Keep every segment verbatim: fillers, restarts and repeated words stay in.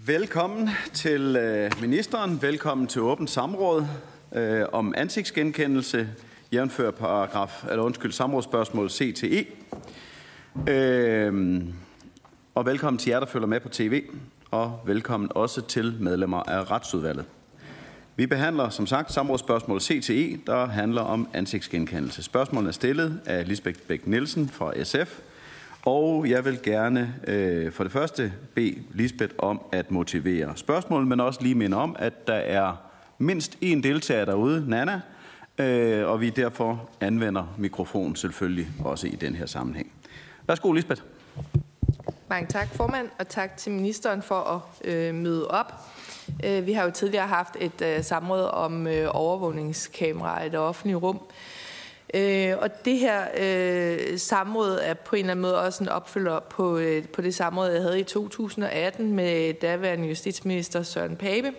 Velkommen til øh, ministeren. Velkommen til åbent samråd øh, om ansigtsgenkendelse, jævnfør paragraf, eller undskyld, samrådsspørgsmål C til E. Øh, og velkommen til jer, der følger med på tv, og velkommen også til medlemmer af Retsudvalget. Vi behandler som sagt samrådsspørgsmål C til E, der handler om ansigtsgenkendelse. Spørgsmålet er stillet af Lisbeth Bech-Nielsen fra S F, og jeg vil gerne øh, for det første bede Lisbeth om at motivere spørgsmålet, men også lige minde om, at der er mindst én deltager derude, Nana, øh, og vi derfor anvender mikrofonen selvfølgelig også i den her sammenhæng. Værsgo, Lisbeth. Mange tak, formand, og tak til ministeren for at øh, møde op. Øh, vi har jo tidligere haft et øh, samråd om øh, overvågningskameraer i det offentlige rum. Øh, og det her øh, samråd er på en eller anden måde også en opfølger på, øh, på det samråd, jeg havde i to tusind og atten med daværende justitsminister Søren Pape,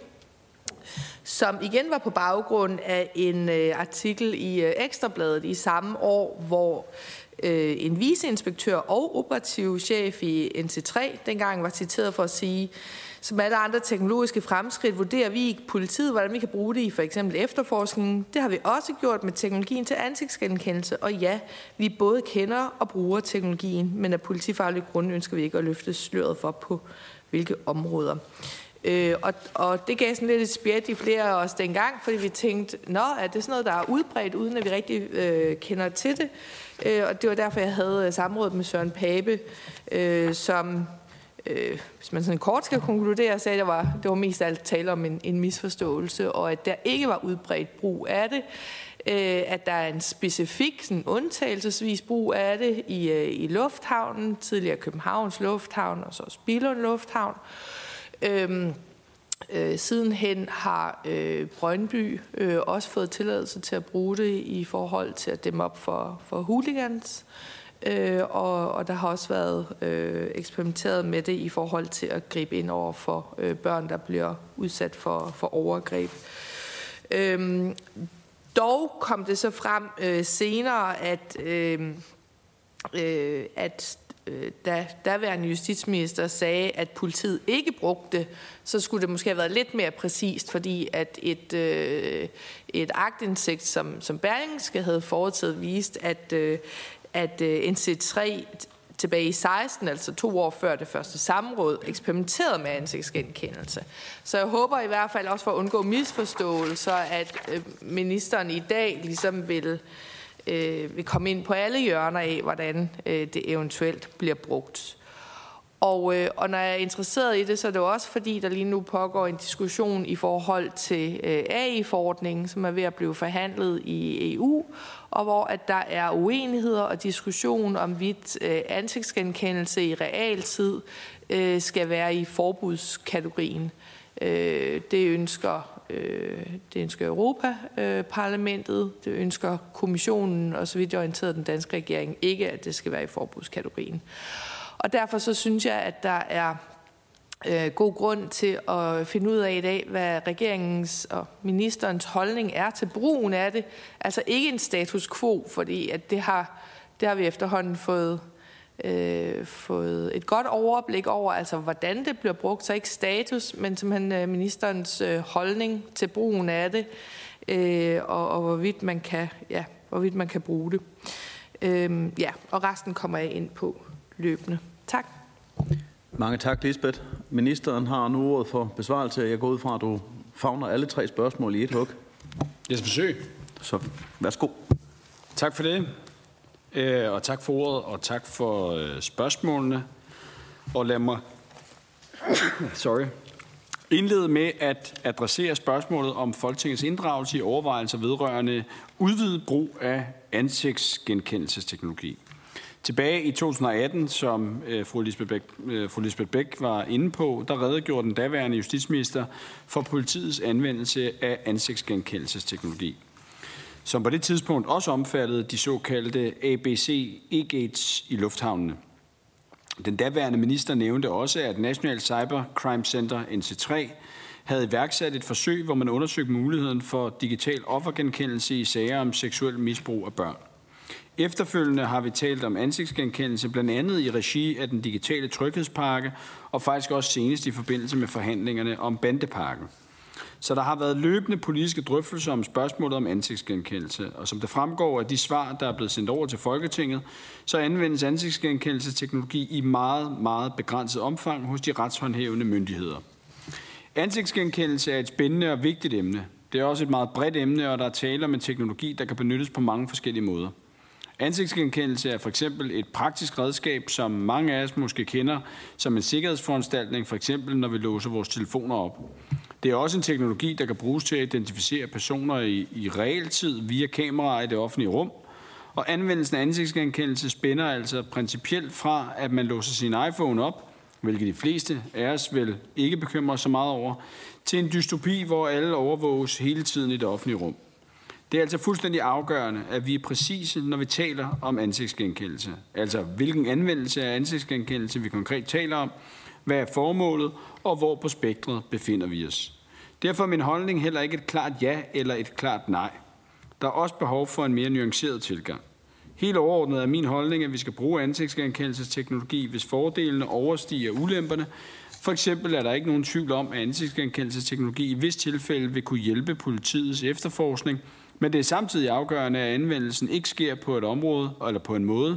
som igen var på baggrund af en øh, artikel i øh, Ekstrabladet i samme år, hvor øh, en viceinspektør og operativ chef i N C tre dengang var citeret for at sige: som alle andre teknologiske fremskridt vurderer vi i politiet, hvordan vi kan bruge det i for eksempel efterforskningen. Det har vi også gjort med teknologien til ansigtsgenkendelse. Og ja, vi både kender og bruger teknologien, men af politifaglige grunde ønsker vi ikke at løfte sløret for på hvilke områder. Øh, og, og det gav sådan lidt et spjæt i flere af os dengang, fordi vi tænkte, nå, er det sådan noget, der er udbredt, uden at vi rigtig øh, kender til det? Øh, og det var derfor, jeg havde samrådet med Søren Pape, øh, som... Øh, hvis man sådan kort skal konkludere, sagde, at det var, det var mest alt tale om en, en misforståelse, og at der ikke var udbredt brug af det. Øh, at der er en specifik sådan, undtagelsesvis brug af det i, øh, i lufthavnen, tidligere Københavns Lufthavn og så også Billund Lufthavn. Øh, øh, sidenhen har øh, Brøndby øh, også fået tilladelse til at bruge det i forhold til at dæmme op for, for hooligans. Øh, og, og der har også været øh, eksperimenteret med det i forhold til at gribe ind over for øh, børn, der bliver udsat for, for overgreb. Øhm, dog kom det så frem øh, senere, at, øh, øh, at øh, da daværende justitsminister sagde, at politiet ikke brugte det, så skulle det måske have været lidt mere præcist, fordi at et, øh, et aktindsigt, som, som Berlingske havde foretaget, vist, at øh, at N C tre tilbage i seksten, altså to år før det første samråd, eksperimenterede med ansigtsgenkendelse. Så jeg håber i hvert fald også for at undgå misforståelser, at ministeren i dag ligesom vil, øh, vil komme ind på alle hjørner af, hvordan øh, det eventuelt bliver brugt. Og, øh, og når jeg er interesseret i det, så er det også fordi, der lige nu pågår en diskussion i forhold til øh, A I-forordningen, som er ved at blive forhandlet i E U, og hvor at der er uenigheder og diskussion om, hvorvidt øh, ansigtsgenkendelse i realtid øh, skal være i forbudskategorien. Øh, det ønsker, øh, det ønsker Europa-parlamentet, øh, det ønsker kommissionen, og så vidt jeg orienteret den danske regering ikke, at det skal være i forbudskategorien. Og derfor så synes jeg, at der er øh, god grund til at finde ud af i dag, hvad regeringens og ministerens holdning er til brugen af det. Altså ikke en status quo, fordi at det, har, det har vi efterhånden fået, øh, fået et godt overblik over, altså hvordan det bliver brugt. Så ikke status, men simpelthen øh, ministerens øh, holdning til brugen af det, øh, og, og hvorvidt, man kan, ja, hvorvidt man kan bruge det. Øh, ja, og resten kommer jeg ind på løbende. Tak. Mange tak, Lisbeth. Ministeren har nu ordet for besvarelse. Jeg går ud fra, at du favner alle tre spørgsmål i et hug. Jeg skal forsøge. Så værsgo. Tak for det. Øh, og tak for ordet, og tak for øh, spørgsmålene. Og lad mig sorry. indlede med at adressere spørgsmålet om Folketingets inddragelse i overvejelser vedrørende udvidet brug af ansigtsgenkendelsesteknologi. Tilbage i to tusind og atten, som øh, fru, Lisbeth Bech, øh, fru Lisbeth Bech var inde på, der redegjorde den daværende justitsminister for politiets anvendelse af ansigtsgenkendelsesteknologi, som på det tidspunkt også omfattede de såkaldte A B C E-gates i lufthavnene. Den daværende minister nævnte også, at National Cybercrime Center N C tre havde iværksat et forsøg, hvor man undersøgte muligheden for digital offergenkendelse i sager om seksuel misbrug af børn. Efterfølgende har vi talt om ansigtsgenkendelse, blandt andet i regi af den digitale tryghedspakke, og faktisk også senest i forbindelse med forhandlingerne om bandepakken. Så der har været løbende politiske drøftelser om spørgsmålet om ansigtsgenkendelse, og som det fremgår af de svar, der er blevet sendt over til Folketinget, så anvendes ansigtsgenkendelsesteknologi i meget, meget begrænset omfang hos de retshåndhævende myndigheder. Ansigtsgenkendelse er et spændende og vigtigt emne. Det er også et meget bredt emne, og der er tale om en teknologi, der kan benyttes på mange forskellige måder. Ansigtsgenkendelse er for eksempel et praktisk redskab, som mange af os måske kender som en sikkerhedsforanstaltning, for eksempel når vi låser vores telefoner op. Det er også en teknologi, der kan bruges til at identificere personer i, i realtid via kameraer i det offentlige rum. Og anvendelsen af ansigtsgenkendelse spænder altså principielt fra, at man låser sin iPhone op, hvilket de fleste af os vel ikke bekymrer så meget over, til en dystopi, hvor alle overvåges hele tiden i det offentlige rum. Det er altså fuldstændig afgørende, at vi er præcise, når vi taler om ansigtsgenkendelse. Altså, hvilken anvendelse af ansigtsgenkendelse vi konkret taler om, hvad er formålet, og hvor på spektret befinder vi os. Derfor er min holdning heller ikke et klart ja eller et klart nej. Der er også behov for en mere nuanceret tilgang. Helt overordnet er min holdning, at vi skal bruge ansigtsgenkendelsesteknologi, hvis fordelene overstiger ulemperne. For eksempel er der ikke nogen tvivl om, at ansigtsgenkendelsesteknologi i vis tilfælde vil kunne hjælpe politiets efterforskning, men det er samtidig afgørende, at anvendelsen ikke sker på et område eller på en måde,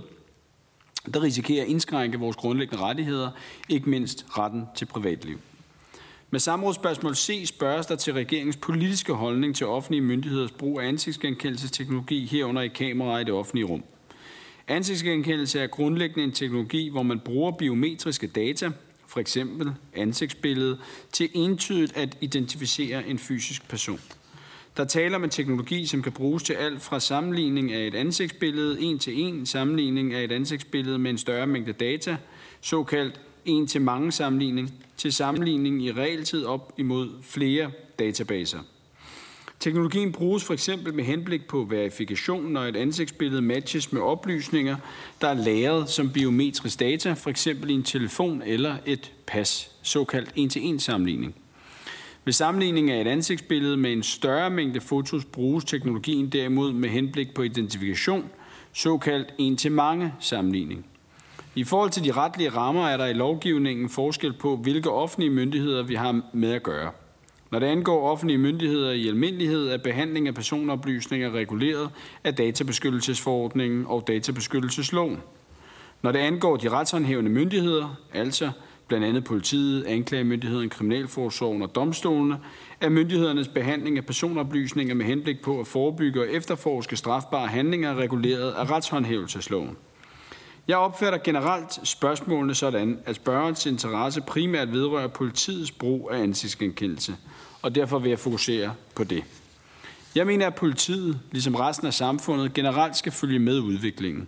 der risikerer at indskrænke vores grundlæggende rettigheder, ikke mindst retten til privatliv. Med samrådsspørgsmål C spørges der til regeringens politiske holdning til offentlige myndigheders brug af ansigtsgenkendelsesteknologi herunder i kameraer i det offentlige rum. Ansigtsgenkendelse er grundlæggende en teknologi, hvor man bruger biometriske data, for eksempel ansigtsbillede, til entydigt at identificere en fysisk person. Der taler om en teknologi, som kan bruges til alt fra sammenligning af et ansigtsbillede en til en, sammenligning af et ansigtsbillede med en større mængde data, såkaldt en til mange sammenligning, til sammenligning i realtid op imod flere databaser. Teknologien bruges for eksempel med henblik på verifikation, når et ansigtsbillede matches med oplysninger, der er lagret som biometrisk data, for eksempel i en telefon eller et pas, såkaldt en til en sammenligning. Ved sammenligning af et ansigtsbillede med en større mængde fotos bruges teknologien derimod med henblik på identifikation, såkaldt en til mange sammenligning. I forhold til de retlige rammer er der i lovgivningen forskel på, hvilke offentlige myndigheder vi har med at gøre. Når det angår offentlige myndigheder i almindelighed, er behandling af personoplysninger reguleret af databeskyttelsesforordningen og databeskyttelsesloven. Når det angår de retshåndhævende myndigheder, altså blandt andet politiet, anklagemyndigheden, kriminalforsorgen og domstolene, er myndighedernes behandling af personoplysninger med henblik på at forebygge og efterforske strafbare handlinger reguleret af retshåndhævelsesloven. Jeg opfatter generelt spørgsmålene sådan, at spørgerens interesse primært vedrører politiets brug af ansigtsgenkendelse, og derfor vil jeg fokusere på det. Jeg mener, at politiet, ligesom resten af samfundet, generelt skal følge med udviklingen,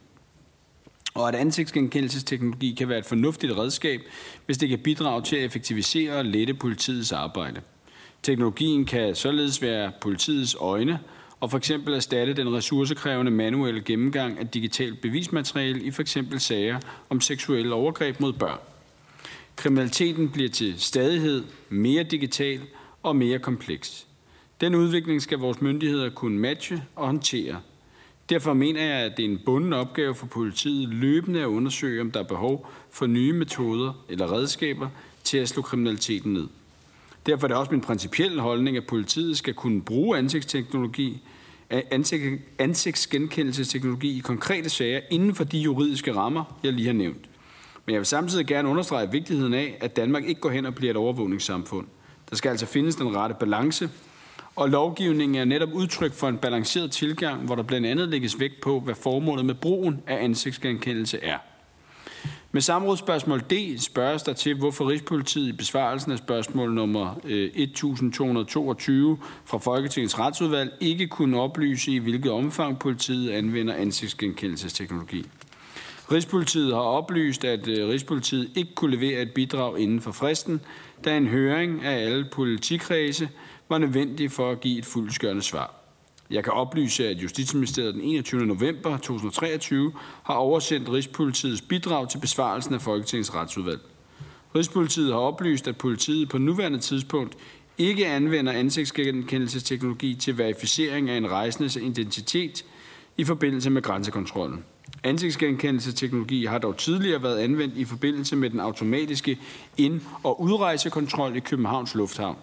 og at ansigtsgenkendelsesteknologi kan være et fornuftigt redskab, hvis det kan bidrage til at effektivisere og lette politiets arbejde. Teknologien kan således være politiets øjne, og for eksempel erstatte den ressourcekrævende manuelle gennemgang af digitalt bevismateriale i for eksempel sager om seksuelle overgreb mod børn. Kriminaliteten bliver til stadighed mere digital og mere kompleks. Den udvikling skal vores myndigheder kunne matche og håndtere. Derfor mener jeg, at det er en bunden opgave for politiet løbende at undersøge, om der er behov for nye metoder eller redskaber til at slå kriminaliteten ned. Derfor er det også min principielle holdning, at politiet skal kunne bruge ansigtsteknologi, ansigt, ansigtsgenkendelsesteknologi i konkrete sager inden for de juridiske rammer, jeg lige har nævnt. Men jeg vil samtidig gerne understrege vigtigheden af, at Danmark ikke går hen og bliver et overvågningssamfund. Der skal altså findes den rette balance, og lovgivningen er netop udtryk for en balanceret tilgang, hvor der blandt andet lægges vægt på, hvad formålet med brugen af ansigtsgenkendelse er. Med samrådsspørgsmål D spørges der til, hvorfor Rigspolitiet i besvarelsen af spørgsmål nummer et tusind to hundrede og toogtyve fra Folketingets retsudvalg ikke kunne oplyse, i hvilket omfang politiet anvender ansigtsgenkendelsesteknologi. Rigspolitiet har oplyst, at Rigspolitiet ikke kunne levere et bidrag inden for fristen, da en høring af alle politikredse var nødvendig for at give et fyldestgørende svar. Jeg kan oplyse, at Justitsministeriet den enogtyvende november to tusind og treogtyve har oversendt Rigspolitiets bidrag til besvarelsen af Folketingets retsudvalg. Rigspolitiet har oplyst, at politiet på nuværende tidspunkt ikke anvender ansigtsgenkendelsesteknologi til verificering af en rejsendes identitet. i forbindelse med grænsekontrollen. Ansigtsgenkendelsesteknologi har dog tidligere været anvendt i forbindelse med den automatiske ind- og udrejsekontrol i Københavns Lufthavn.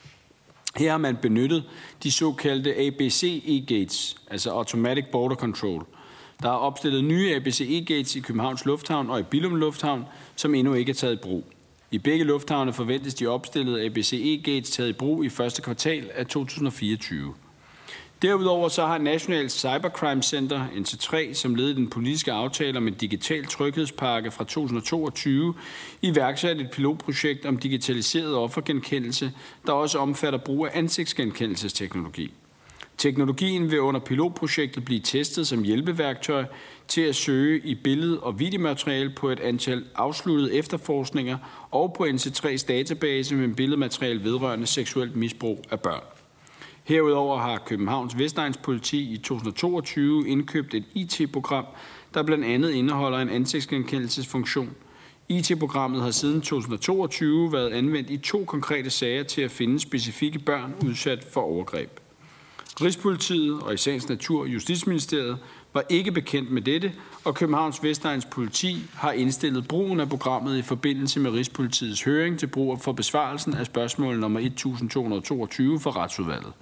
Her har man benyttet de såkaldte A B C E-gates, altså Automatic Border Control. Der er opstillet nye A B C E-gates i Københavns Lufthavn og i Billum Lufthavn, som endnu ikke er taget i brug. I begge lufthavne forventes de opstillede A B C E-gates taget i brug i første kvartal af to tusind og fireogtyve. Derudover så har National Cybercrime Center, N C tre, som led i den politiske aftale om en digital tryghedspakke fra to tusind og toogtyve, iværksat et pilotprojekt om digitaliseret offergenkendelse, der også omfatter brug af ansigtsgenkendelsesteknologi. Teknologien vil under pilotprojektet blive testet som hjælpeværktøj til at søge i billede- og videomateriale på et antal afsluttede efterforskninger og på N C tre's database med billedmateriale vedrørende seksuelt misbrug af børn. Herudover har Københavns Vestegns Politi i to tusind og toogtyve indkøbt et I T-program, der blandt andet indeholder en ansigtsgenkendelsesfunktion. I T-programmet har siden to tusind og toogtyve været anvendt i to konkrete sager til at finde specifikke børn udsat for overgreb. Rigspolitiet og i sagens natur Justitsministeriet var ikke bekendt med dette, og Københavns Vestegns Politi har indstillet brugen af programmet i forbindelse med Rigspolitiets høring til brug for besvarelsen af spørgsmål nummer et tusind to hundrede og toogtyve for Retsudvalget.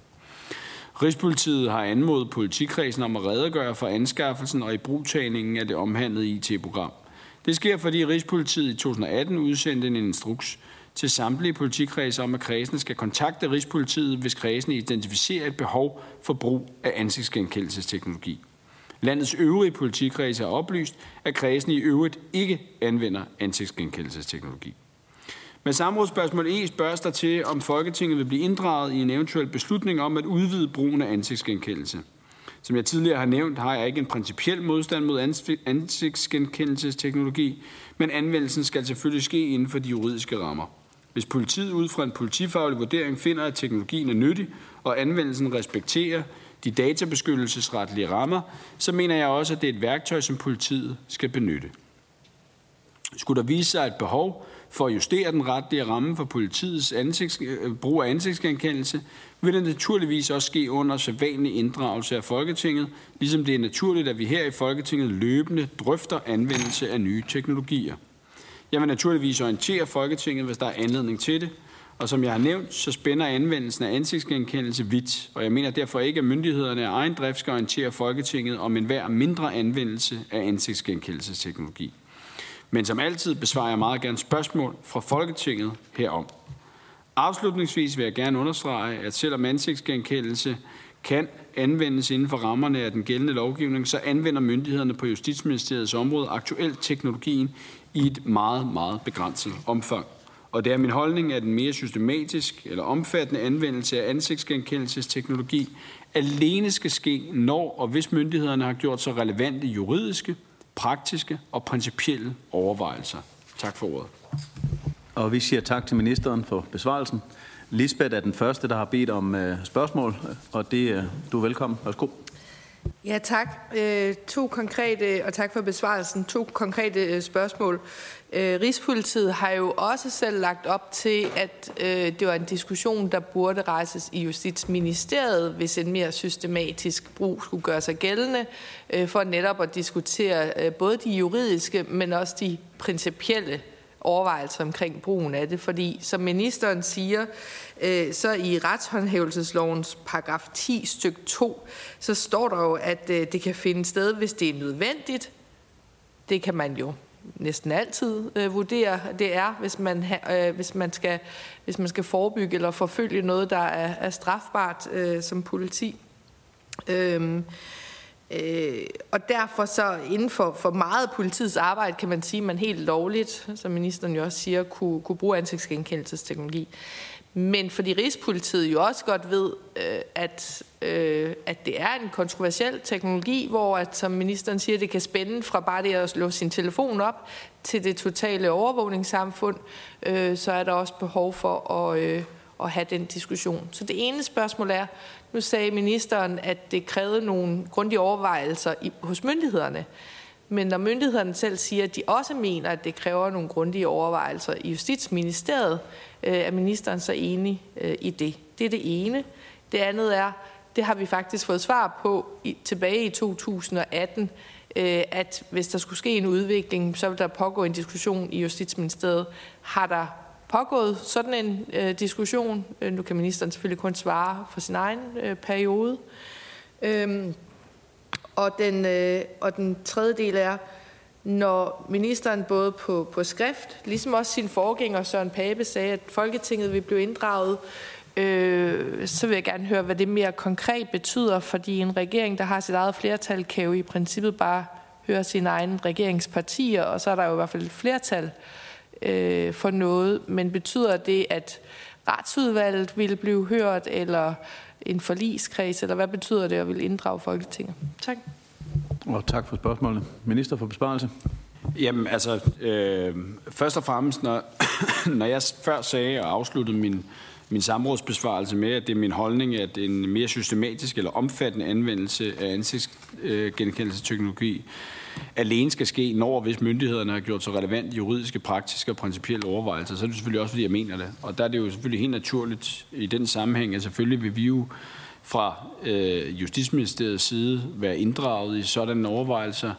Rigspolitiet har anmodet politikredsen om at redegøre for anskaffelsen og ibrugtagningen af det omhandlede I T-program. Det sker, fordi Rigspolitiet i to tusind og atten udsendte en instruks til samtlige politikredse om, at kredsene skal kontakte Rigspolitiet, hvis kredsene identificerer et behov for brug af ansigtsgenkendelsesteknologi. Landets øvrige politikredse har oplyst, at kredsene i øvrigt ikke anvender ansigtsgenkendelsesteknologi. Med samrådsspørgsmål E spørges der til, om Folketinget vil blive inddraget i en eventuel beslutning om at udvide brugen af ansigtsgenkendelse. Som jeg tidligere har nævnt, har jeg ikke en principiel modstand mod ansigtsgenkendelsesteknologi, men anvendelsen skal selvfølgelig ske inden for de juridiske rammer. Hvis politiet ud fra en politifaglig vurdering finder, at teknologien er nyttig, og anvendelsen respekterer de databeskyttelsesretlige rammer, så mener jeg også, at det er et værktøj, som politiet skal benytte. Skulle der vise sig et behov for at justere den retlige ramme for politiets ansigts, brug af ansigtsgenkendelse, vil det naturligvis også ske under sædvanlig inddragelse af Folketinget, ligesom det er naturligt, at vi her i Folketinget løbende drøfter anvendelse af nye teknologier. Jeg vil naturligvis orientere Folketinget, hvis der er anledning til det, og som jeg har nævnt, så spænder anvendelsen af ansigtsgenkendelse vidt, og jeg mener derfor ikke, at myndighederne af egen drift skal orientere Folketinget om enhver mindre anvendelse af ansigtsgenkendelsesteknologi. Men som altid besvarer jeg meget gerne spørgsmål fra Folketinget herom. Afslutningsvis vil jeg gerne understrege, at selvom ansigtsgenkendelse kan anvendes inden for rammerne af den gældende lovgivning, så anvender myndighederne på Justitsministeriets område aktuelt teknologien i et meget, meget begrænset omfang. Og det er min holdning, at en mere systematisk eller omfattende anvendelse af ansigtsgenkendelsesteknologi alene skal ske, når og hvis myndighederne har gjort så relevante juridiske, praktiske og principielle overvejelser. Tak for ordet. Og vi siger tak til ministeren for besvarelsen. Lisbeth er den første, der har bedt om uh, spørgsmål, og det uh, du er velkommen. Værsgo. Ja, tak. Øh, to konkrete, og tak for besvarelsen, to konkrete øh, spørgsmål. Øh, Rigspolitiet har jo også selv lagt op til, at øh, det var en diskussion, der burde rejses i Justitsministeriet, hvis en mere systematisk brug skulle gøre sig gældende, øh, for netop at diskutere øh, både de juridiske, men også de principielle overvejelser omkring brugen af det. Fordi, som ministeren siger, øh, så i retshåndhævelseslovens paragraf ti stykke to, så står der jo, at øh, det kan finde sted, hvis det er nødvendigt. Det kan man jo næsten altid øh, vurdere, det er, hvis man, ha, øh, hvis, man skal, hvis man skal forebygge eller forfølge noget, der er, er strafbart øh, som politi. Øhm, Øh, og derfor så inden for, for meget politiets arbejde, kan man sige, at man helt lovligt, som ministeren jo også siger, kunne, kunne bruge ansigtsgenkendelsesteknologi. Men fordi Rigspolitiet jo også godt ved, øh, at, øh, at det er en kontroversiel teknologi, hvor, at, som ministeren siger, det kan spænde fra bare det at slå sin telefon op til det totale overvågningssamfund, øh, så er der også behov for at, øh, at have den diskussion. Så det ene spørgsmål er, nu sagde ministeren, at det krævede nogle grundige overvejelser i, hos myndighederne. Men når myndighederne selv siger, at de også mener, at det kræver nogle grundige overvejelser i Justitsministeriet, øh, er ministeren så enig øh, i det. Det er det ene. Det andet er, det har vi faktisk fået svar på i, tilbage i to tusind og atten, øh, at hvis der skulle ske en udvikling, så vil der pågå en diskussion i Justitsministeriet. Har der pågået sådan en øh, diskussion? Øh, nu kan ministeren selvfølgelig kun svare for sin egen øh, periode. Øhm, og, den, øh, og den tredje del er, når ministeren både på, på skrift, ligesom også sin forgænger Søren Pape sagde, at Folketinget vil blive inddraget, øh, så vil jeg gerne høre, hvad det mere konkret betyder, fordi en regering, der har sit eget flertal, kan jo i princippet bare høre sine egne regeringspartier, og så er der jo i hvert fald et flertal øh, for noget. Men betyder det, at retsudvalget vil blive hørt, eller en forligskreds, eller hvad betyder det at vil inddrage Folketinget? Tak. Og tak for spørgsmålet. Minister for besvarelse. Jamen altså, øh, først og fremmest, når, når jeg før sagde og afsluttede min, min samrådsbesvarelse med, at det er min holdning, at en mere systematisk eller omfattende anvendelse af ansigtsgenkendelsesteknologi alene skal ske, når hvis myndighederne har gjort så relevant juridiske, praktiske og principielle overvejelser, så er det selvfølgelig også, fordi jeg mener det. Og der er det jo selvfølgelig helt naturligt i den sammenhæng, at selvfølgelig vil vi jo fra øh, Justitsministeriets side være inddraget i sådanne overvejelser,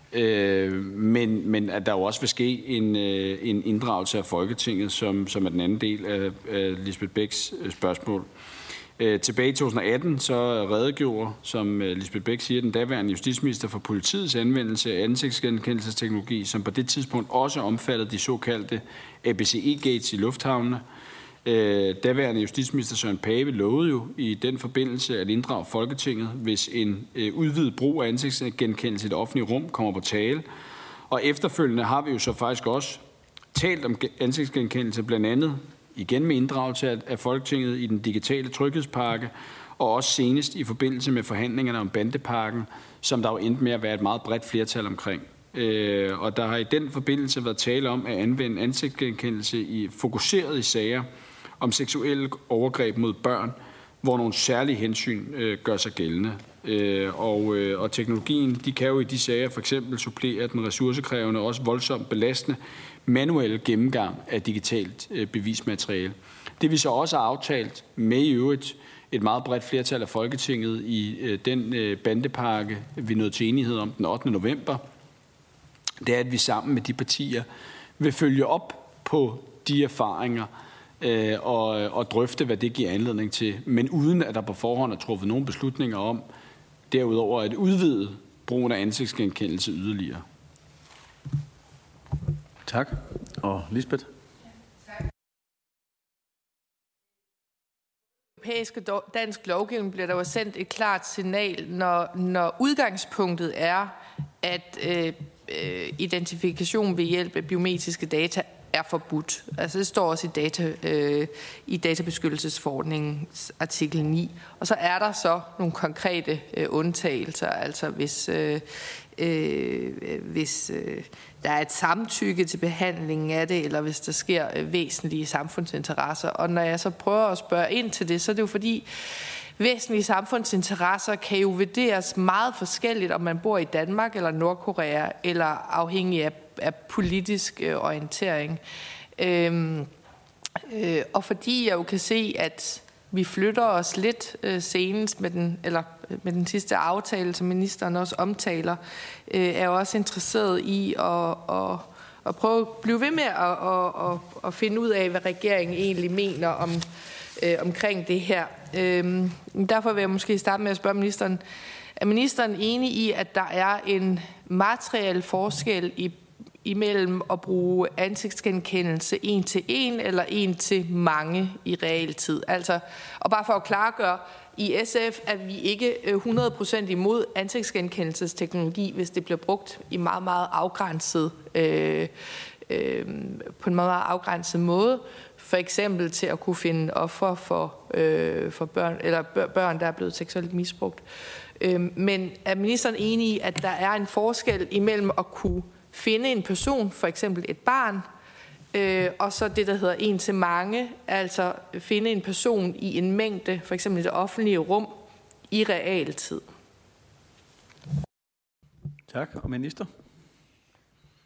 øh, men, men at der jo også vil ske en, øh, en inddragelse af Folketinget, som, som er den anden del af, af Lisbeth Bechs spørgsmål. Øh, tilbage i to tusind og atten så redegjorde, som øh, Lisbeth Bech siger, den daværende justitsminister for politiets anvendelse af ansigtsgenkendelsesteknologi, som på det tidspunkt også omfattede de såkaldte A B C E-gates i lufthavnene. Øh, daværende justitsminister Søren Pape lovede jo i den forbindelse at inddrage Folketinget, hvis en øh, udvidet brug af ansigtsgenkendelse i det offentlige rum kommer på tale. Og efterfølgende har vi jo så faktisk også talt om ansigtsgenkendelse, blandt andet igen med inddragelse af, af Folketinget i den digitale tryghedspakke, og også senest i forbindelse med forhandlingerne om bandepakken, som der jo endte med at være et meget bredt flertal omkring. Øh, og der har i den forbindelse været tale om at anvende ansigtsgenkendelse i fokuseret i sager om seksuelle overgreb mod børn, hvor nogle særlige hensyn øh, gør sig gældende. Øh, og, øh, og teknologien, de kan jo i de sager for eksempel supplere den ressourcekrævende og også voldsomt belastende manuelle gennemgang af digitalt øh, bevismateriale. Det vi så også har aftalt med i øvrigt et meget bredt flertal af Folketinget i øh, den øh, bandepakke, vi nåede til enighed om den ottende november, det er, at vi sammen med de partier vil følge op på de erfaringer øh, og, og drøfte, hvad det giver anledning til, men uden at der på forhånd er truffet nogle beslutninger om derudover at udvide brugen af ansigtsgenkendelse yderligere. Tak. Og Lisbeth? Europæisk og dansk lovgivning bliver der jo sendt et klart signal, når, når udgangspunktet er, at øh, øh, identifikation ved hjælp af biometriske data er forbudt. Altså det står også i, data, øh, i databeskyttelsesforordningens artikel ni. Og så er der så nogle konkrete øh, undtagelser, altså hvis, øh, øh, hvis øh, der er et samtykke til behandlingen af det, eller hvis der sker øh, væsentlige samfundsinteresser. Og når jeg så prøver at spørge ind til det, så er det jo fordi, væsentlige samfundsinteresser kan jo vurderes meget forskelligt, om man bor i Danmark eller Nordkorea, eller afhængig af, af politisk øh, orientering. Øhm, øh, og fordi jeg jo kan se, at vi flytter os lidt øh, senest med den, eller med den sidste aftale, som ministeren også omtaler, øh, er jeg også interesseret i at, at, at prøve at blive ved med at, at, at, at finde ud af, hvad regeringen egentlig mener om øh, omkring det her. Øhm, derfor vil jeg måske starte med at spørge ministeren, er ministeren enig i, at der er en materiel forskel i, imellem at bruge ansigtsgenkendelse en til en eller en til mange i realtid? Altså, og bare for at klargøre, i S F er vi ikke hundrede procent imod ansigtsgenkendelsesteknologi, hvis det bliver brugt i meget, meget afgrænset, øh, øh, på en meget, meget afgrænset måde. For eksempel til at kunne finde ofre for, øh, for børn, eller børn, der er blevet seksuelt misbrugt. Øh, men er ministeren enig i, at der er en forskel imellem at kunne finde en person, for eksempel et barn, øh, og så det, der hedder en til mange, altså finde en person i en mængde, for eksempel i det offentlige rum, i realtid? Tak. Og minister?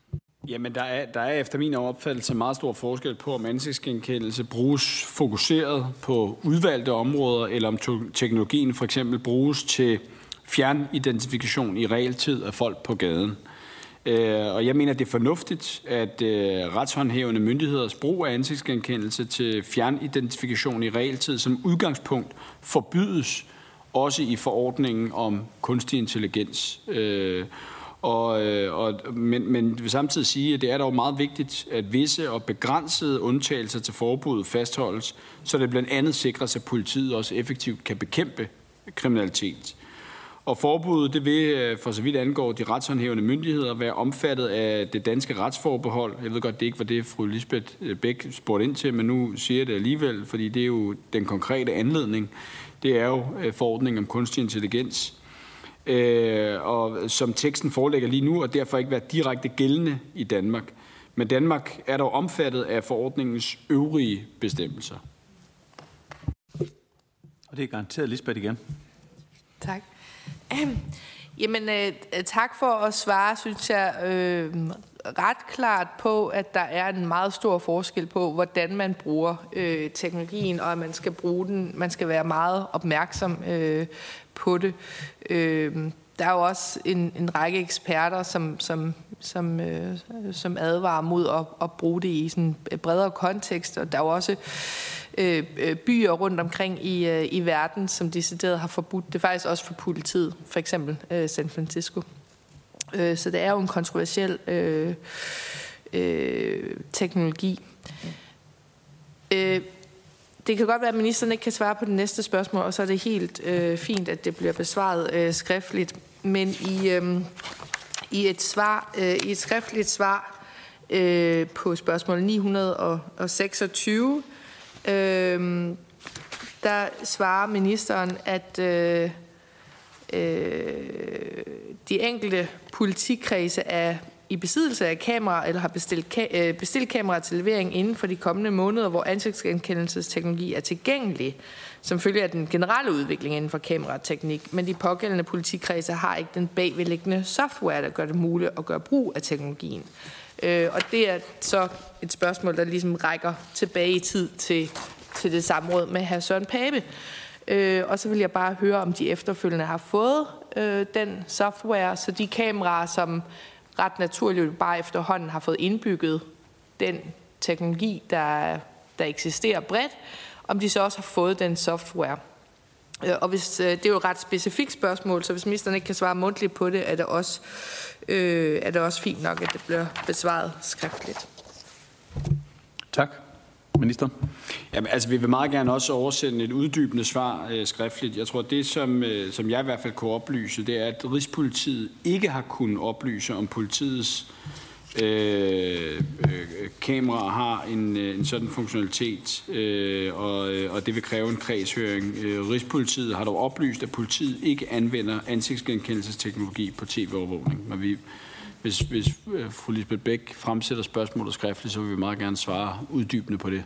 Jamen, der er, der er efter min opfattelse meget stor forskel på, om ansigtsgenkendelse bruges fokuseret på udvalgte områder, eller om teknologien for eksempel bruges til fjernidentifikation i realtid af folk på gaden. Og jeg mener, det er fornuftigt, at retshåndhævende myndigheders brug af ansigtsgenkendelse til fjernidentifikation i realtid som udgangspunkt forbydes, også i forordningen om kunstig intelligens. Og, og, men, men vil samtidig sige, at det er dog meget vigtigt, at visse og begrænsede undtagelser til forbuddet fastholdes, så det blandt andet sikres, at politiet også effektivt kan bekæmpe kriminalitet. Og forbuddet, det vil, for så vidt angår de retshåndhævende myndigheder, være omfattet af det danske retsforbehold. Jeg ved godt, det ikke var det, fru Lisbeth Bech spurgte ind til, men nu siger jeg det alligevel, fordi det er jo den konkrete anledning. Det er jo forordningen om kunstig intelligens, og som teksten forelægger lige nu, og derfor ikke være direkte gældende i Danmark. Men Danmark er dog omfattet af forordningens øvrige bestemmelser. Og det er garanteret Lisbeth igen. Tak. Jamen, øh, tak for at svare, synes jeg, øh, ret klart på, at der er en meget stor forskel på, hvordan man bruger øh, teknologien, og at man skal bruge den, man skal være meget opmærksom øh, på det. Øh, der er jo også en, en række eksperter, som, som, som, øh, som advarer mod at, at bruge det i sådan en bredere kontekst, og der er jo også øh, byer rundt omkring i, øh, i verden, som decideret har forbudt det, faktisk også for politiet, for eksempel øh, San Francisco. Øh, så det er jo en kontroversiel øh, øh, teknologi. Øh, Det kan godt være, at ministeren ikke kan svare på det næste spørgsmål, og så er det helt øh, fint, at det bliver besvaret øh, skriftligt. Men i, øh, i, et, svar, øh, i et skriftligt svar øh, på spørgsmål ni hundrede seksogtyve, øh, der svarer ministeren, at øh, øh, de enkelte politikredse er i besiddelse af kamera eller har bestilt, ka- bestilt kamera til levering inden for de kommende måneder, hvor ansigtsgenkendelsesteknologi er tilgængelig, som følge af den generelle udvikling inden for kamerateknik. Men de pågældende politikredse har ikke den bagvedliggende software, der gør det muligt at gøre brug af teknologien. Øh, og det er så et spørgsmål, der ligesom rækker tilbage i tid til, til det samråd med hr. Søren Pape. Øh, og så vil jeg bare høre, om de efterfølgende har fået øh, den software, så de kameraer, som ret naturligt bare efterhånden har fået indbygget den teknologi, der, der eksisterer bredt, om de så også har fået den software. Og hvis, det er jo et ret specifikt spørgsmål, så hvis ministeren ikke kan svare mundtligt på det, er det også, øh, er det også fint nok, at det bliver besvaret skriftligt. Tak. Minister? Jamen, altså, vi vil meget gerne også oversende et uddybende svar øh, skriftligt. Jeg tror, at det, som, øh, som jeg i hvert fald kunne oplyse, det er, at Rigspolitiet ikke har kunnet oplyse, om politiets øh, øh, kameraer har en, en sådan funktionalitet, øh, og, og det vil kræve en kredshøring. Øh, Rigspolitiet har dog oplyst, at politiet ikke anvender ansigtsgenkendelsesteknologi på tv-overvågning. Men vi Hvis, hvis øh, fru Lisbeth Bech fremsætter spørgsmålet skriftligt, så vil vi meget gerne svare uddybende på det.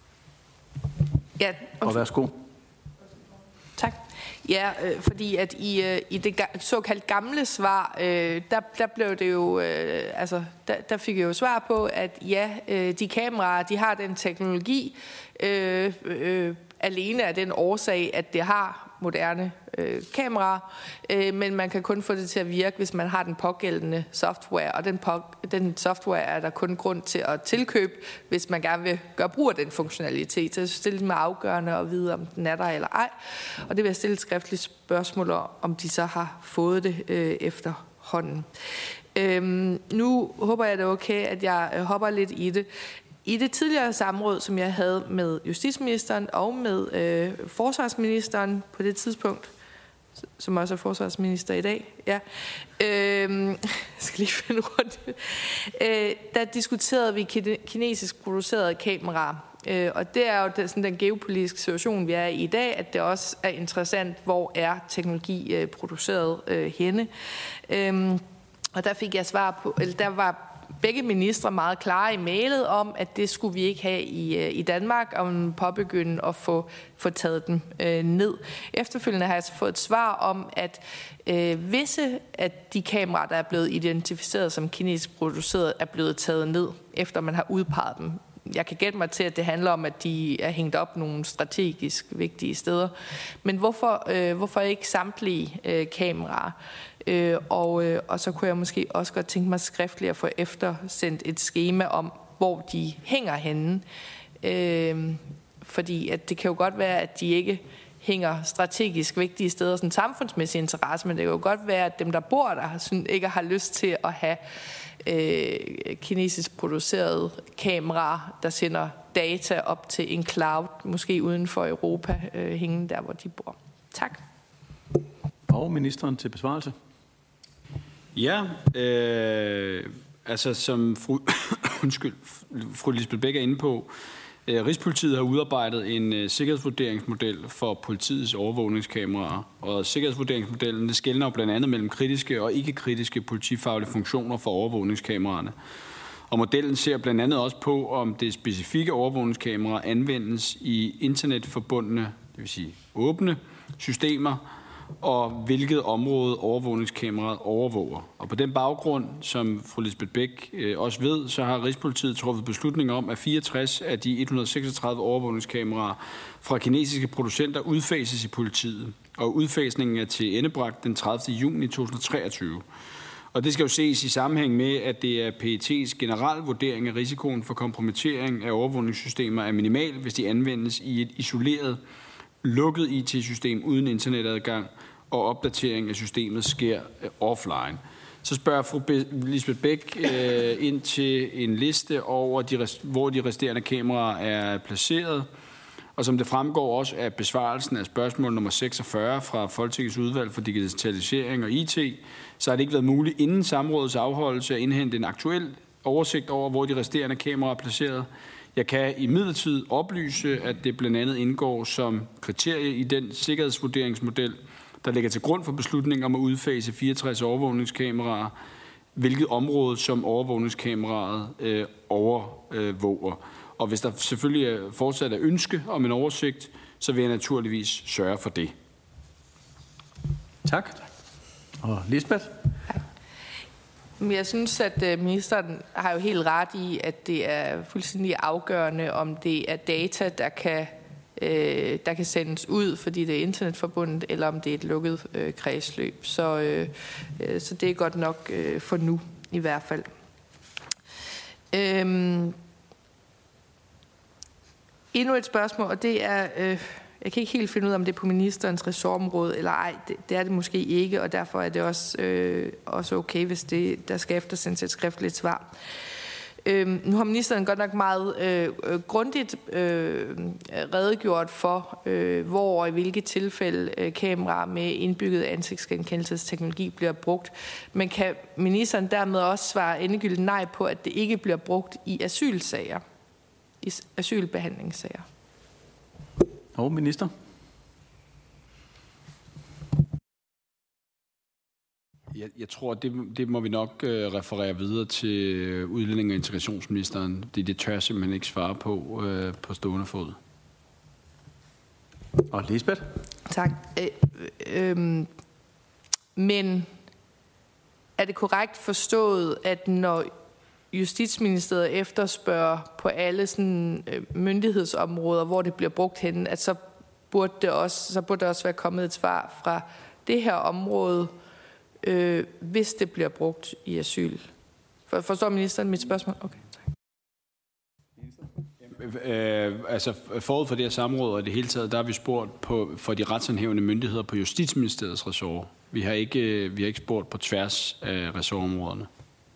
Ja, og værsgo. Tak. Ja, øh, fordi at i, øh, i det såkaldt gamle svar, øh, der, der blev det jo, øh, altså, der, der fik jeg jo svar på, at ja, øh, de kameraer, de har den teknologi, øh, øh, alene af den årsag, at det har moderne øh, kameraer, øh, men man kan kun få det til at virke, hvis man har den pågældende software, og den, på, den software er der kun grund til at tilkøbe, hvis man gerne vil gøre brug af den funktionalitet. Så jeg synes, det er lidt mere afgørende at vide, om den er der eller ej, og det vil jeg stille et skriftligt spørgsmål om, om de så har fået det øh, efterhånden. Øhm, nu håber jeg, det er okay, at jeg øh, hopper lidt i det. I det tidligere samråd, som jeg havde med justitsministeren og med øh, forsvarsministeren på det tidspunkt, som også er forsvarsminister i dag, ja, øh, jeg skal lige finde rundt, øh, der diskuterede vi kinesisk producerede kameraer. Øh, og det er jo det, sådan den geopolitiske situation, vi er i i dag, at det også er interessant, hvor er teknologi øh, produceret øh, henne. Øh, og der fik jeg svar på, eller der var begge ministre meget klare i mailet om, at det skulle vi ikke have i, i Danmark, om påbegynde at få, få taget dem øh, ned. Efterfølgende har jeg så fået et svar om, at øh, visse af de kameraer, der er blevet identificeret som kinesisk produceret, er blevet taget ned, efter man har udpeget dem. Jeg kan gætte mig til, at det handler om, at de er hængt op nogle strategisk vigtige steder. Men hvorfor, øh, hvorfor ikke samtlige øh, kameraer? Øh, og, øh, og så kunne jeg måske også godt tænke mig skriftligt at få eftersendt et skema om, hvor de hænger henne. Øh, fordi at det kan jo godt være, at de ikke hænger strategisk vigtige steder, sådan samfundsmæssig interesse, men det kan jo godt være, at dem, der bor der, ikke har lyst til at have øh, kinesisk producerede kameraer, der sender data op til en cloud, måske uden for Europa, øh, hængende der, hvor de bor. Tak. Og ministeren til besvarelse. Ja, øh, altså som fru, undskyld, fru Lisbeth Bech er inde på, øh, Rigspolitiet har udarbejdet en øh, sikkerhedsvurderingsmodel for politiets overvågningskameraer, og sikkerhedsvurderingsmodellen skelner jo blandt andet mellem kritiske og ikke-kritiske politifaglige funktioner for overvågningskameraerne. Og modellen ser blandt andet også på, om det specifikke overvågningskamera anvendes i internetforbundne, det vil sige åbne systemer, og hvilket område overvågningskameraet overvåger. Og på den baggrund, som fru Lisbeth Bech øh, også ved, så har Rigspolitiet truffet beslutning om, at fireogtres af de et hundrede og seksogtredive overvågningskameraer fra kinesiske producenter udfases i politiet. Og udfasningen er til endebragt den tredivte juni to tusind og treogtyve. Og det skal jo ses i sammenhæng med, at det er P E T's generelle vurdering af risikoen for kompromittering af overvågningssystemer er minimal, hvis de anvendes i et isoleret lukket I T-system uden internetadgang, og opdatering af systemet sker offline. Så spørger fru Lisbeth Bech øh, ind til en liste over, de, hvor de resterende kameraer er placeret. Og som det fremgår også af besvarelsen af spørgsmål nummer seksogfyrre fra Folketingets udvalg for digitalisering og I T, så har det ikke været muligt inden samrådets afholdelse at indhente en aktuel oversigt over, hvor de resterende kameraer er placeret. Jeg kan imidlertid oplyse, at det blandt andet indgår som kriterie i den sikkerhedsvurderingsmodel, der ligger til grund for beslutningen om at udfase fireogtres overvågningskameraer, hvilket område som overvågningskameraet øh, overvåger. Og hvis der selvfølgelig fortsat er ønske om en oversigt, så vil jeg naturligvis sørge for det. Tak. Og Lisbeth? Jeg synes, at ministeren har jo helt ret i, at det er fuldstændig afgørende, om det er data, der kan, øh, der kan sendes ud, fordi det er internetforbundet, eller om det er et lukket øh, kredsløb. Så, øh, så det er godt nok øh, for nu, i hvert fald. Øhm, endnu et spørgsmål, og det er... Øh, Jeg kan ikke helt finde ud af, om det er på ministerens ressortområde eller ej. Det, det er det måske ikke, og derfor er det også, øh, også okay, hvis det, der skal eftersendes et skriftligt svar. Øhm, nu har ministeren godt nok meget øh, grundigt øh, redegjort for, øh, hvor og i hvilke tilfælde øh, kameraer med indbygget ansigtsgenkendelsesteknologi bliver brugt. Men kan ministeren dermed også svare endegyldigt nej på, at det ikke bliver brugt i asylsager, i asylbehandlingssager? Og minister? Jeg, jeg tror, det, det må vi nok øh, referere videre til udlænding- og integrationsministeren. Det, det tør simpelthen ikke svare på øh, på stående fod. Og Lisbeth? Tak. Øh, øh, men er det korrekt forstået, at når Justitsministeriet efterspørger på alle sådan, øh, myndighedsområder, hvor det bliver brugt henne, at så burde det også, så burde der også være kommet et svar fra det her område, øh, hvis det bliver brugt i asyl. For, forstår ministeren mit spørgsmål? Okay, tak. Øh, altså forud for det her samråd og det hele taget, der har vi spurgt på, for de retshåndhævende myndigheder på Justitsministeriets ressort. Vi har ikke, vi har ikke spurgt på tværs af ressortområderne.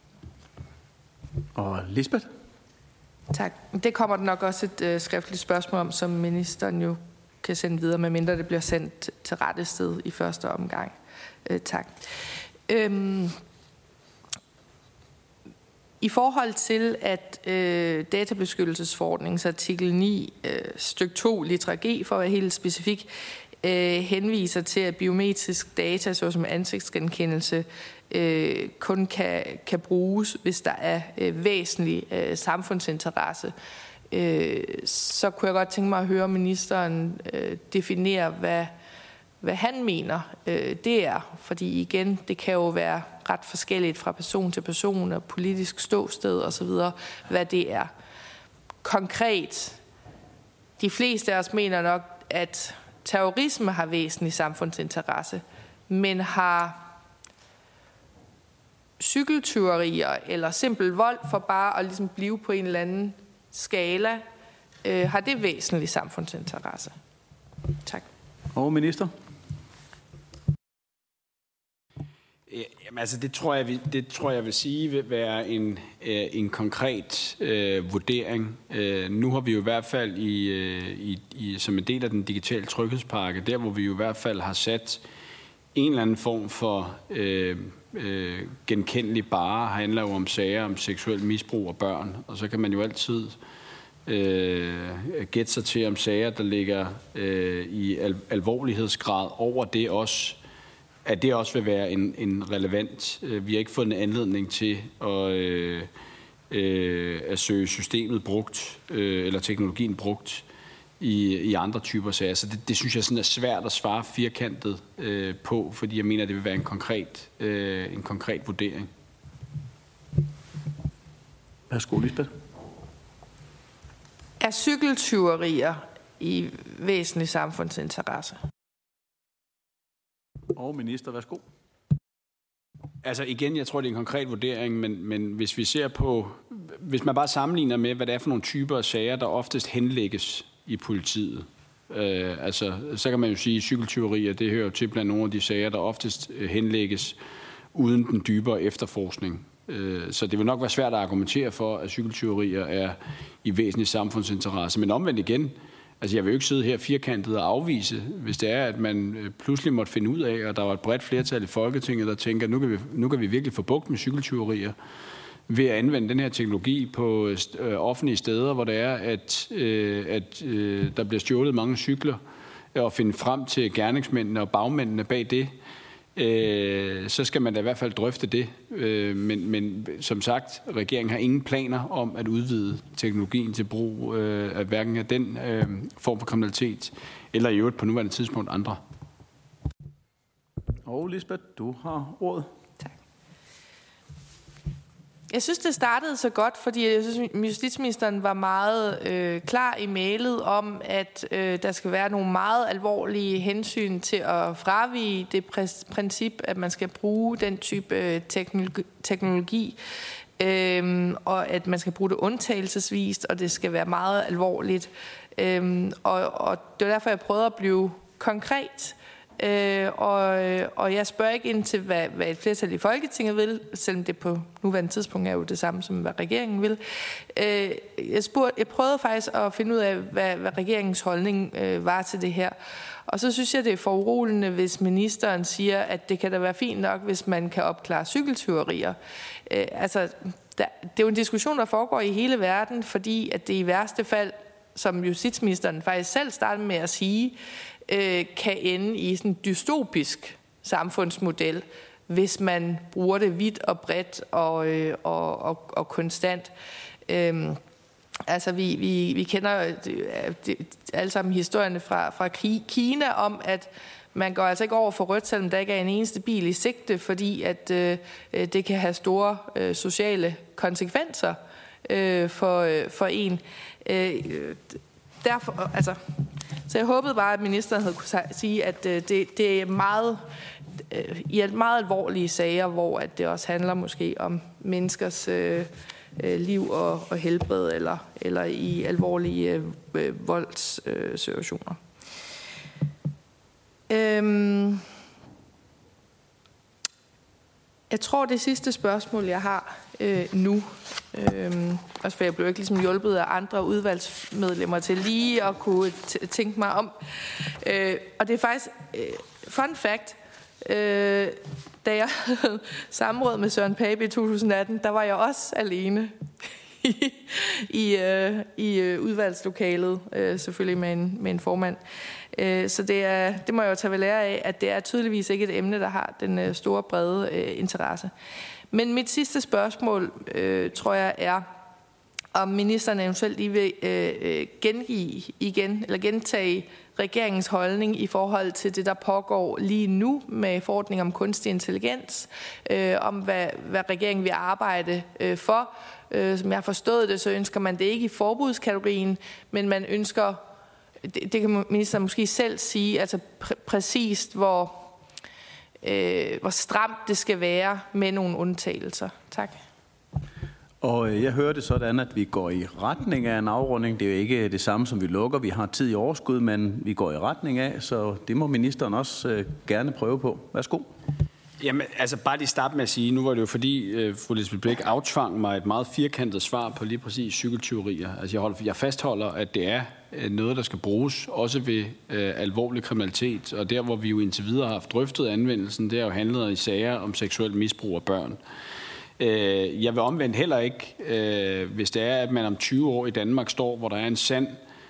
Og Lisbeth? Tak. Det kommer der nok også et øh, skriftligt spørgsmål om, som ministeren jo kan sende videre, medmindre det bliver sendt til rette sted i første omgang. Øh, tak. Øhm, I forhold til, at øh, databeskyttelsesforordningens artikel ni, øh, stykke to, litra G, for at være helt specifik, øh, henviser til, at biometrisk data, såsom ansigtsgenkendelse, øh, kun kan, kan bruges, hvis der er øh, væsentlig øh, samfundsinteresse. Øh, så kunne jeg godt tænke mig at høre ministeren øh, definere, hvad, hvad han mener øh, det er. Fordi igen, det kan jo være ret forskelligt fra person til person og politisk ståsted osv., hvad det er. Konkret, de fleste af os mener nok, at terrorisme har væsentlig samfundsinteresse, men har cykeltyverier eller simpel vold for bare at ligesom blive på en eller anden skala, øh, har det væsentlig samfundsinteresse? Tak. Og minister? Jamen, altså, det tror jeg, det tror jeg vil sige vil være en, øh, en konkret øh, vurdering. Øh, nu har vi jo i hvert fald i, øh, i, i, som en del af den digitale tryghedspakke, der hvor vi jo i hvert fald har sat en eller anden form for øh, øh, genkendelig barre, handler jo om sager om seksuel misbrug af børn. Og så kan man jo altid øh, gætte sig til om sager, der ligger øh, i al- alvorlighedsgrad over det også, at det også vil være en, en relevant. Vi har ikke fundet anledning til at, øh, øh, at søge systemet brugt, øh, eller teknologien brugt i, i andre typer sager. Så det, det synes jeg sådan er svært at svare firkantet øh, på, fordi jeg mener, at det vil være en konkret, øh, en konkret vurdering. Værsgo, Lisbeth. Er cykeltyverier i væsentlig samfundsinteresse? Og minister, værsgo. Altså igen, jeg tror, det er en konkret vurdering, men, men hvis vi ser på, hvis man bare sammenligner med, hvad det er for nogle typer af sager, der oftest henlægges i politiet. Øh, altså, så kan man jo sige, at cykeltyverier, det hører jo til blandt nogle af de sager, der oftest henlægges uden den dybere efterforskning. Øh, så det vil nok være svært at argumentere for, at cykeltyverier er i væsentlig samfundsinteresse. Men omvendt igen, altså jeg vil jo ikke sidde her firkantet og afvise, hvis det er, at man pludselig måtte finde ud af, at der var et bredt flertal i Folketinget, der tænker, at nu kan vi, nu kan vi virkelig få bugt med cykeltyverier ved at anvende den her teknologi på øh, offentlige steder, hvor det er, at, øh, at øh, der bliver stjålet mange cykler, og finde frem til gerningsmændene og bagmændene bag det. Øh, så skal man da i hvert fald drøfte det. Øh, men, men som sagt, regeringen har ingen planer om at udvide teknologien til brug øh, af hverken af den øh, form for kriminalitet, eller i øvrigt på nuværende tidspunkt andre. Og Lisbeth, du har ordet. Tak. Jeg synes, det startede så godt, fordi jeg synes, justitsministeren var meget øh, klar i mailet om, at øh, der skal være nogle meget alvorlige hensyn til at fravige det præ- princip, at man skal bruge den type øh, teknologi, teknologi øh, og at man skal bruge det undtagelsesvist, og det skal være meget alvorligt. Øh, og, og det var derfor, jeg prøvede at blive konkret. Øh, og, og jeg spørger ikke ind til, hvad, hvad et flertal i Folketinget vil, selvom det på nuværende tidspunkt er jo det samme, som hvad regeringen vil. Øh, jeg, spurgte, jeg prøvede faktisk at finde ud af, hvad, hvad regeringens holdning øh, var til det her. Og så synes jeg, det er for uroligende, hvis ministeren siger, at det kan da være fint nok, hvis man kan opklare cykeltyverier. Øh, altså, der, det er jo en diskussion, der foregår i hele verden, fordi at det i værste fald, som justitsministeren faktisk selv startede med at sige, kan ende i sådan en dystopisk samfundsmodel, hvis man bruger det vidt og bredt og, og, og, og konstant. Øhm, altså, vi, vi, vi kender det, alle sammen historierne fra, fra Kina om, at man går altså ikke over for rødt, selvom der ikke er en eneste bil i sigte, fordi at øh, det kan have store øh, sociale konsekvenser øh, for, øh, for en. Øh, derfor, altså... Så jeg håbede bare, at ministeren havde kunne sige, at det, det er meget, i meget alvorlige sager, hvor at det også handler måske om menneskers øh, liv og, og helbred, eller, eller i alvorlige øh, voldssituationer. Øhm, jeg tror, det sidste spørgsmål, jeg har øh, nu, Øhm, også for jeg blev ikke ligesom hjulpet af andre udvalgsmedlemmer til lige at kunne t- tænke mig om. Øh, og det er faktisk, øh, fun fact, øh, da jeg havde samråd med Søren Pape i to tusind atten, der var jeg også alene i, i, øh, i øh, udvalgslokalet, øh, selvfølgelig med en, med en formand. Øh, så det, er, det må jeg jo tage ved lære af, at det er tydeligvis ikke et emne, der har den øh, store, brede øh, interesse. Men mit sidste spørgsmål, øh, tror jeg, er, om ministeren eventuelt lige vil øh, gengive igen, eller gentage regeringens holdning i forhold til det, der pågår lige nu med forordning om kunstig intelligens, øh, om hvad, hvad regeringen vil arbejde øh, for. Øh, som jeg har forstået det, så ønsker man det ikke i forbudskategorien, men man ønsker, det, det kan ministeren måske selv sige, altså pr- præcist, hvor, øh, hvor stramt det skal være med nogle undtagelser. Tak. Og jeg hører det sådan, at vi går i retning af en afrunding. Det er jo ikke det samme, som vi lukker. Vi har tid i overskud, men vi går i retning af, så det må ministeren også øh, gerne prøve på. Værsgo. Jamen, altså bare lige starte med at sige, nu var det jo fordi, øh, fru Lisbeth Bech aftvang mig et meget firkantet svar på lige præcis cykeltyverier. Altså jeg, holder, jeg fastholder, at det er øh, noget, der skal bruges, også ved øh, alvorlig kriminalitet. Og der, hvor vi jo indtil videre har haft drøftet anvendelsen, det har jo handlet i sager om seksuelt misbrug af børn. Jeg vil omvendt heller ikke, hvis det er, at man om tyve år i Danmark står, hvor der er en sand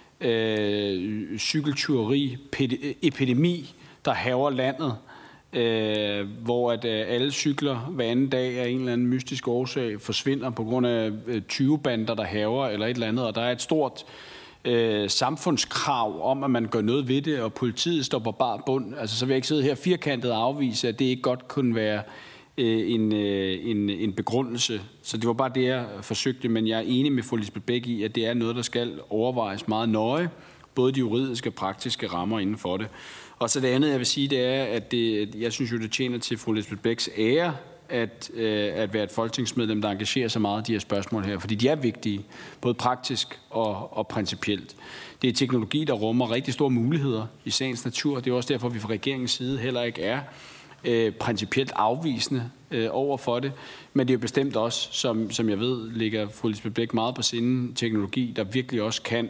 øh, cykeltyveri-epidemi, der hærger landet, øh, hvor at øh, alle cykler hver anden dag af en eller anden mystisk årsag forsvinder på grund af øh, tyvebander, der hærger eller et eller andet, og der er et stort øh, samfundskrav om, at man gør noget ved det, og politiet står på bar bund. Altså, så vil jeg ikke sidde her firkantet og afvise, at det ikke godt kunne være En, en, en begrundelse. Så det var bare det, jeg forsøgte, men jeg er enig med fru Lisbeth Bech i, at det er noget, der skal overvejes meget nøje, både de juridiske og praktiske rammer inden for det. Og så det andet, jeg vil sige, det er, at det, jeg synes jo, det tjener til fru Lisbeth Bechs ære, at, at være et folketingsmedlem, der engagerer sig meget i de her spørgsmål her, fordi de er vigtige, både praktisk og, og principielt. Det er teknologi, der rummer rigtig store muligheder i sagens natur. Det er også derfor, at vi fra regeringens side heller ikke er Øh, principielt afvisende øh, over for det, men det er jo bestemt også, som, som jeg ved, ligger fru Lisbeth Bech meget på sinde, teknologi, der virkelig også kan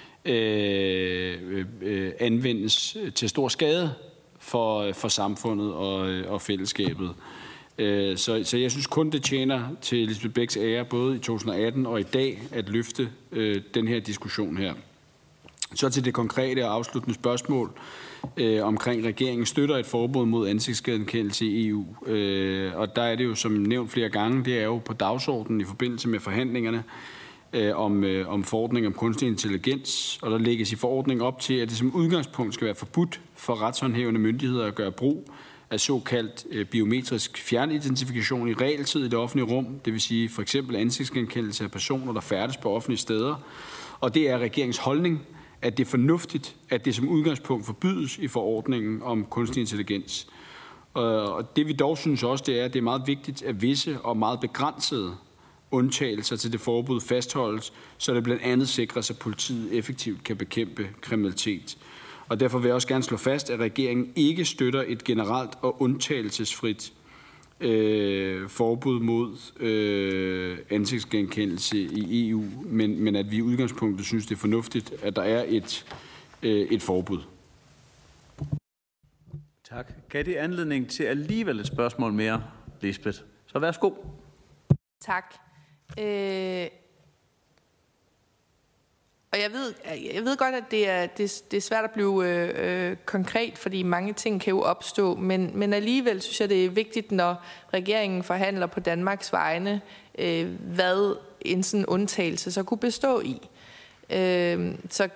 øh, øh, anvendes til stor skade for, for samfundet og, og fællesskabet. Øh, så, så jeg synes kun, det tjener til Lisbeth Bechs ære, både i to tusind og atten og i dag, at løfte øh, den her diskussion her. Så til det konkrete og afsluttende spørgsmål øh, omkring regeringen støtter et forbud mod ansigtsgenkendelse i E U. Øh, og der er det jo, som nævnt flere gange, det er jo på dagsordenen i forbindelse med forhandlingerne øh, om, øh, om forordning om kunstig intelligens. Og der lægges i forordningen op til, at det som udgangspunkt skal være forbudt for retshåndhævende myndigheder at gøre brug af såkaldt øh, biometrisk fjernidentifikation i realtid i det offentlige rum. Det vil sige for eksempel ansigtsgenkendelse af personer, der færdes på offentlige steder. Og det er regeringens holdning, at det er fornuftigt, at det som udgangspunkt forbydes i forordningen om kunstig intelligens. Og det vi dog synes også, det er, at det er meget vigtigt, at visse og meget begrænsede undtagelser til det forbud fastholdes, så det blandt andet sikres, at politiet effektivt kan bekæmpe kriminalitet. Og derfor vil jeg også gerne slå fast, at regeringen ikke støtter et generelt og undtagelsesfrit Øh, forbud mod øh, ansigtsgenkendelse i E U, men, men at vi i udgangspunktet synes, det er fornuftigt, at der er et, øh, et forbud. Tak. Gav det anledning til alligevel et spørgsmål mere, Lisbeth? Så værsgo. Tak. Øh... Og jeg ved, jeg ved godt, at det er, det, det er svært at blive øh, konkret, fordi mange ting kan jo opstå, men, men alligevel synes jeg, det er vigtigt, når regeringen forhandler på Danmarks vegne, øh, hvad en sådan undtagelse så kunne bestå i. Øh, så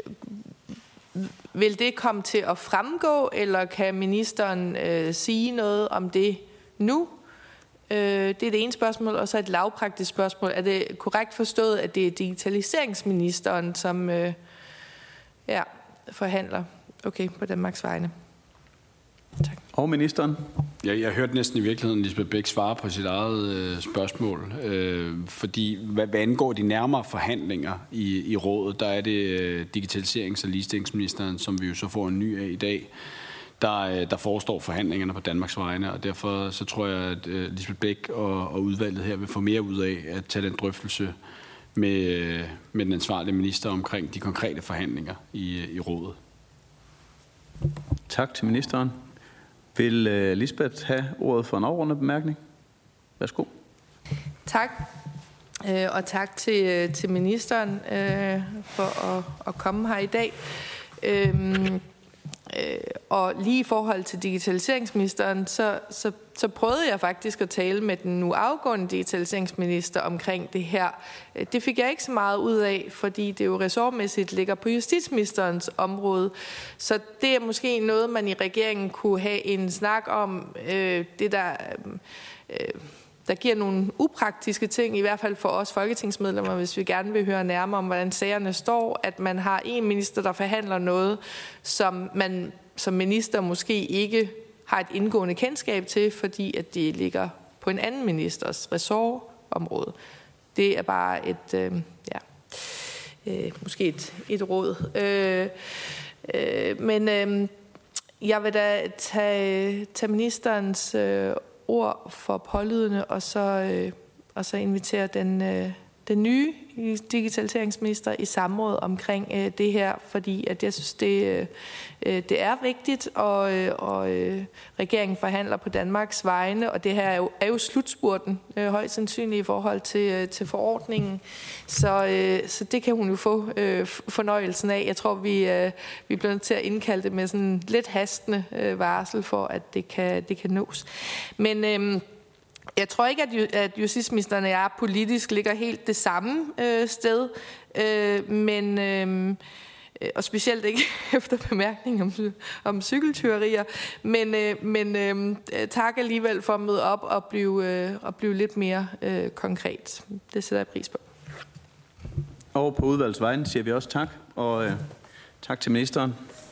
vil det komme til at fremgå, eller kan ministeren øh, sige noget om det nu? Det er det ene spørgsmål, og så et lavpraktisk spørgsmål. Er det korrekt forstået, at det er digitaliseringsministeren, som øh, ja, forhandler okay, på Danmarks vegne? Tak. Og ministeren? Jeg, jeg hørte næsten i virkeligheden Lisbeth Bech svare på sit eget øh, spørgsmål, øh, fordi hvad, hvad angår de nærmere forhandlinger i, i rådet, der er det øh, digitaliserings- og ligestillingsministeren, som vi jo så får en ny af i dag, Der, der forestår forhandlingerne på Danmarks vegne, og derfor så tror jeg, at uh, Lisbeth Bech og, og udvalget her vil få mere ud af at tage den drøftelse med, med den ansvarlige minister omkring de konkrete forhandlinger i, i rådet. Tak til ministeren. Vil uh, Lisbeth have ordet for en afrundende bemærkning? Værsgo. Tak. øh, og tak til, til ministeren øh, for at, at komme her i dag. Øhm, øh, og lige i forhold til digitaliseringsministeren, så, så, så prøvede jeg faktisk at tale med den nu afgående digitaliseringsminister omkring det her. Det fik jeg ikke så meget ud af, fordi det jo ressortmæssigt ligger på justitsministerens område. Så det er måske noget, man i regeringen kunne have en snak om. Øh, det der... Øh, der giver nogle upraktiske ting, i hvert fald for os folketingsmedlemmer, hvis vi gerne vil høre nærmere om, hvordan sagerne står, at man har en minister, der forhandler noget, som man som minister måske ikke har et indgående kendskab til, fordi at det ligger på en anden ministers ressortområde. Det er bare et, øh, ja, øh, måske et, et råd. Øh, øh, men øh, jeg vil da tage, tage ministerens øh, ord for pålydende, og så, øh, og så invitere den, øh, den nye digitaliseringsminister i samråd omkring øh, det her, fordi at jeg synes, det, øh, det er vigtigt, og, øh, og øh, regeringen forhandler på Danmarks vegne, og det her er jo, er jo slutspurten, øh, højst sandsynligt i forhold til, øh, til forordningen. Så, øh, så det kan hun jo få øh, fornøjelsen af. Jeg tror, vi, øh, vi bliver nødt til at indkalde det med sådan lidt hastende øh, varsel for, at det kan, det kan nås. Men øh, jeg tror ikke, at, at justitsministeren og jeg politisk ligger helt det samme øh, sted, øh, men øh, og specielt ikke efter bemærkning om, om cykeltyverier, men, øh, men øh, tak alligevel for at møde op og blive, øh, og blive lidt mere øh, konkret. Det sætter jeg pris på. Og på udvalgsvejen siger vi også tak, og øh, tak til ministeren.